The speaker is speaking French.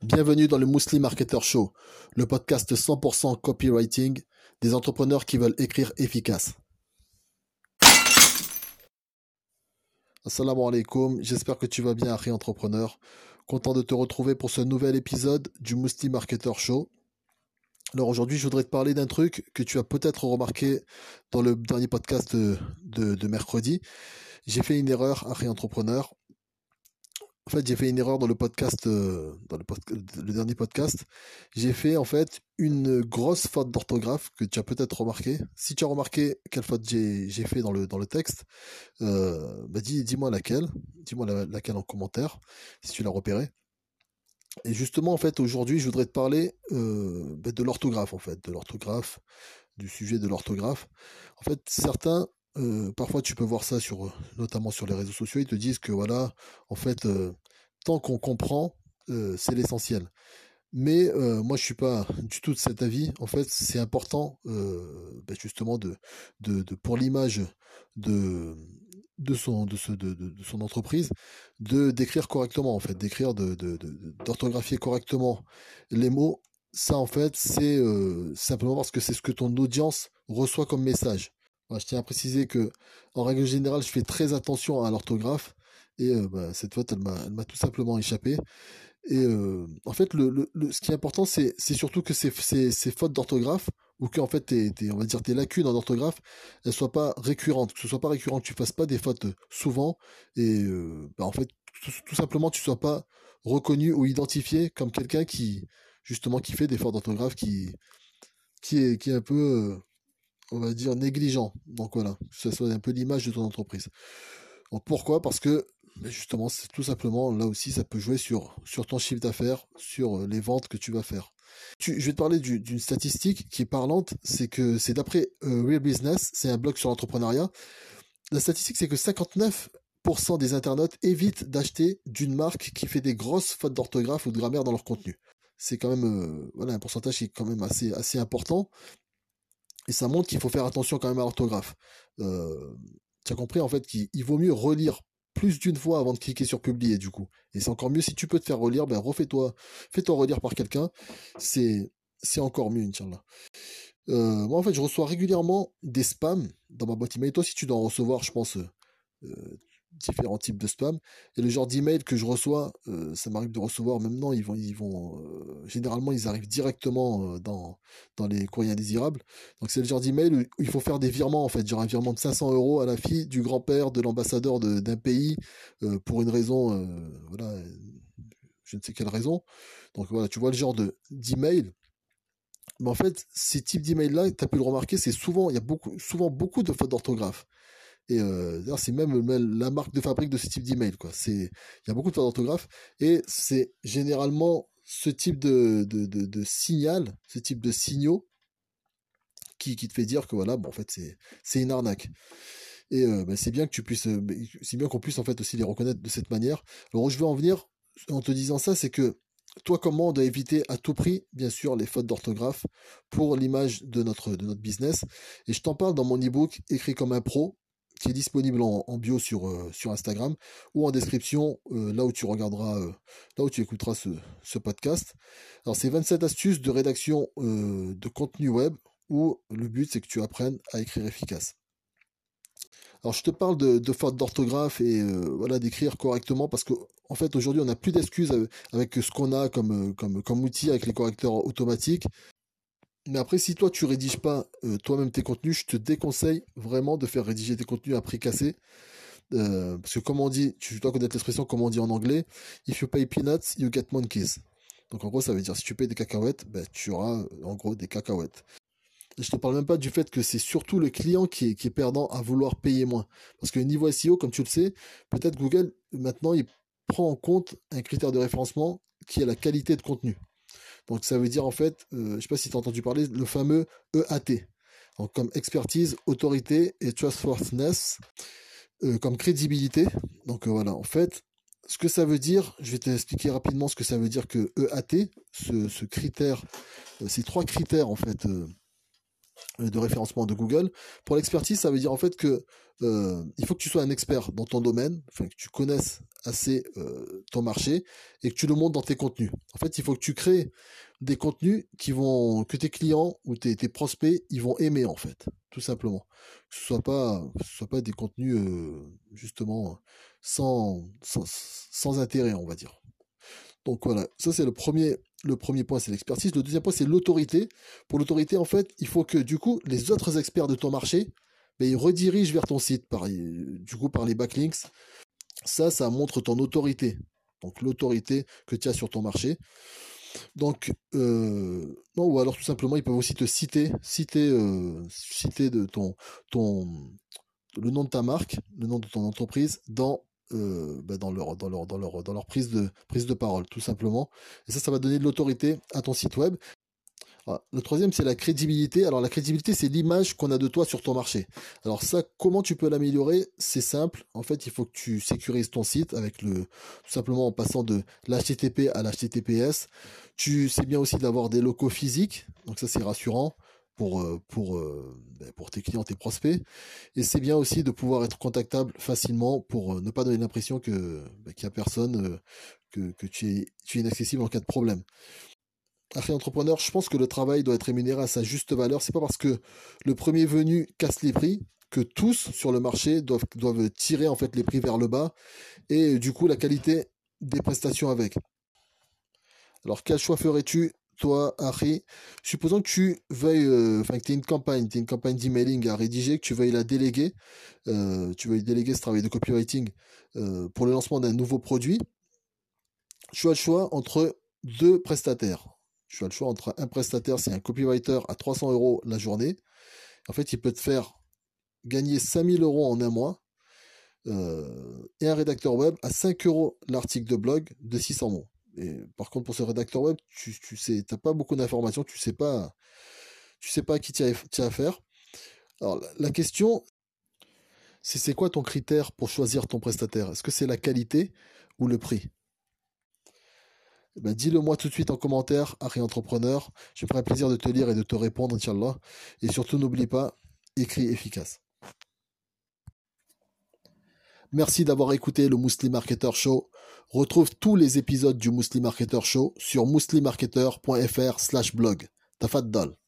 Bienvenue dans le Muslim Marketer Show, le podcast 100% copywriting des entrepreneurs qui veulent écrire efficace. Assalamu alaikum, j'espère que tu vas bien, Harry Entrepreneur. Content de te retrouver pour ce nouvel épisode du Muslim Marketer Show. Alors aujourd'hui, je voudrais te parler d'un truc que tu as peut-être remarqué dans le dernier podcast de mercredi. J'ai fait une erreur, Harry Entrepreneur. En fait, j'ai fait une erreur dans le podcast, le dernier podcast. J'ai fait en fait une grosse faute d'orthographe que tu as peut-être remarqué. Si tu as remarqué quelle faute j'ai fait dans le texte, dis-moi laquelle. Dis-moi laquelle en commentaire, si tu l'as repéré. Et justement, en fait, aujourd'hui, je voudrais te parler de l'orthographe, en fait, de l'orthographe, du sujet de l'orthographe. En fait, certains, parfois tu peux voir ça notamment sur les réseaux sociaux, ils te disent que voilà, en fait, tant qu'on comprend, c'est l'essentiel. Mais moi, je suis pas du tout de cet avis. En fait, c'est important, justement, pour l'image de de son entreprise, d'écrire correctement, en fait, d'orthographier correctement les mots. Ça, en fait, c'est simplement parce que c'est ce que ton audience reçoit comme message. Voilà, je tiens à préciser que, en règle générale, je fais très attention à l'orthographe et cette faute, elle m'a tout simplement échappé. Et en fait, ce qui est important, c'est surtout que ces fautes d'orthographe, ou que en fait, on va dire tes lacunes en orthographe, elles soient pas récurrentes, que ce soit pas récurrent, que tu fasses pas des fautes souvent, et en fait, tout simplement, tu sois pas reconnu ou identifié comme quelqu'un qui, justement, qui fait des fautes d'orthographe, qui est un peu, on va dire, négligent. Donc voilà, que ce soit un peu l'image de ton entreprise. Donc pourquoi? Parce que justement, c'est tout simplement, là aussi, ça peut jouer sur ton chiffre d'affaires, sur les ventes que tu vas faire. Je vais te parler d'une statistique qui est parlante, c'est que c'est d'après Real Business, c'est un blog sur l'entrepreneuriat. La statistique, c'est que 59% des internautes évitent d'acheter d'une marque qui fait des grosses fautes d'orthographe ou de grammaire dans leur contenu. C'est quand même voilà, un pourcentage qui est quand même assez important. Et ça montre qu'il faut faire attention quand même à l'orthographe. Tu as compris en fait qu'il vaut mieux relire plus d'une fois avant de cliquer sur publier du coup. Et c'est encore mieux si tu peux te faire relire, fais-toi relire par quelqu'un. C'est encore mieux, Inch'Allah. Moi en fait je reçois régulièrement des spams dans ma boîte email. Toi si tu dois en recevoir, je pense, différents types de spam. Et le genre d'email que je reçois, ça m'arrive de recevoir, même non, généralement ils arrivent directement dans les courriers indésirables. Donc c'est le genre d'email où il faut faire des virements en fait, genre un virement de 500 euros à la fille du grand-père de l'ambassadeur d'un pays pour une raison, voilà, je ne sais quelle raison. Donc voilà, tu vois le genre d'email. Mais en fait, ces types d'emails-là, tu as pu le remarquer, il y a souvent beaucoup de fautes d'orthographe. Et d'ailleurs, c'est même la marque de fabrique de ce type d'email, quoi. Il y a beaucoup de fautes d'orthographe et c'est généralement ce type de signal, ce type de signaux qui te fait dire que voilà, bon, en fait, c'est une arnaque. Et c'est bien qu'on puisse en fait aussi les reconnaître de cette manière. Alors où je veux en venir en te disant ça, c'est que toi, comment on doit éviter à tout prix, bien sûr, les fautes d'orthographe pour l'image de notre business. Et je t'en parle dans mon ebook Écrit comme un pro, qui est disponible en bio sur Instagram ou en description, là où tu regarderas, là où tu écouteras ce podcast. Alors, c'est 27 astuces de rédaction de contenu web où le but, c'est que tu apprennes à écrire efficace. Alors, je te parle de fautes d'orthographe et voilà, d'écrire correctement parce que en fait, aujourd'hui, on n'a plus d'excuses avec ce qu'on a comme outil avec les correcteurs automatiques. Mais après, si toi, tu rédiges pas toi-même tes contenus, je te déconseille vraiment de faire rédiger tes contenus à prix cassé. Parce que comme on dit, tu dois connaître l'expression comme on dit en anglais, if you pay peanuts, you get monkeys. Donc en gros, ça veut dire si tu payes des cacahuètes, ben, tu auras en gros des cacahuètes. Je te parle même pas du fait que c'est surtout le client qui est perdant à vouloir payer moins. Parce que niveau SEO, comme tu le sais, peut-être Google, maintenant, il prend en compte un critère de référencement qui est la qualité de contenu. Donc ça veut dire en fait, je sais pas si tu as entendu parler, le fameux EAT. Donc, comme expertise, autorité et trustworthiness, comme crédibilité. Donc voilà, en fait, ce que ça veut dire, je vais t'expliquer rapidement ce que ça veut dire que EAT, ce critère, ces trois critères en fait, de référencement de Google. Pour l'expertise, ça veut dire en fait que il faut que tu sois un expert dans ton domaine, enfin que tu connaisses assez ton marché et que tu le montres dans tes contenus. En fait, il faut que tu crées des contenus que tes clients ou tes prospects ils vont aimer en fait, tout simplement. Que ce soit pas des contenus justement sans intérêt, on va dire. Donc voilà, ça c'est le premier point, c'est l'expertise. Le deuxième point, c'est l'autorité. Pour l'autorité, en fait, il faut que du coup, les autres experts de ton marché, ben, ils redirigent vers ton site du coup, par les backlinks. Ça montre ton autorité. Donc l'autorité que tu as sur ton marché. Donc, non, ou alors tout simplement, ils peuvent aussi te citer le nom de ta marque, le nom de ton entreprise dans leur prise de parole, tout simplement. Et ça va donner de l'autorité à ton site web. Ah, le troisième, c'est la crédibilité. Alors, la crédibilité, c'est l'image qu'on a de toi sur ton marché. Alors ça, comment tu peux l'améliorer? C'est simple. En fait, il faut que tu sécurises ton site tout simplement en passant de l'HTTP à l'HTTPS. C'est bien aussi d'avoir des locaux physiques. Donc ça, c'est rassurant pour tes clients, tes prospects. Et c'est bien aussi de pouvoir être contactable facilement pour ne pas donner l'impression qu'il y a personne, que tu es inaccessible en cas de problème. Après entrepreneur, je pense que le travail doit être rémunéré à sa juste valeur. C'est pas parce que le premier venu casse les prix que tous sur le marché doivent tirer en fait les prix vers le bas et du coup la qualité des prestations avec. Alors quel choix ferais-tu toi, Harry? Supposons que tu veuilles, enfin que tu aies une campagne d'emailing à rédiger, que tu veuilles la déléguer, tu veuilles déléguer ce travail de copywriting pour le lancement d'un nouveau produit. Tu as le choix entre deux prestataires. Tu as le choix entre un prestataire, c'est un copywriter à 300 euros la journée. En fait, il peut te faire gagner 5000 euros en un mois. Et un rédacteur web à 5 euros l'article de blog de 600 mots. Et par contre, pour ce rédacteur web, tu sais, t'as pas beaucoup d'informations, tu sais pas à qui tu as affaire. Alors, la question, c'est quoi ton critère pour choisir ton prestataire? Est-ce que c'est la qualité ou le prix? Eh ben, dis-le moi tout de suite en commentaire, Harry Entrepreneur. Je me ferai un plaisir de te lire et de te répondre, Inch'Allah. Et surtout, n'oublie pas, écrit efficace. Merci d'avoir écouté le Muslim Marketer Show. Retrouve tous les épisodes du Muslim Marketer Show sur muslimmarketer.fr/blog. Tafaddal.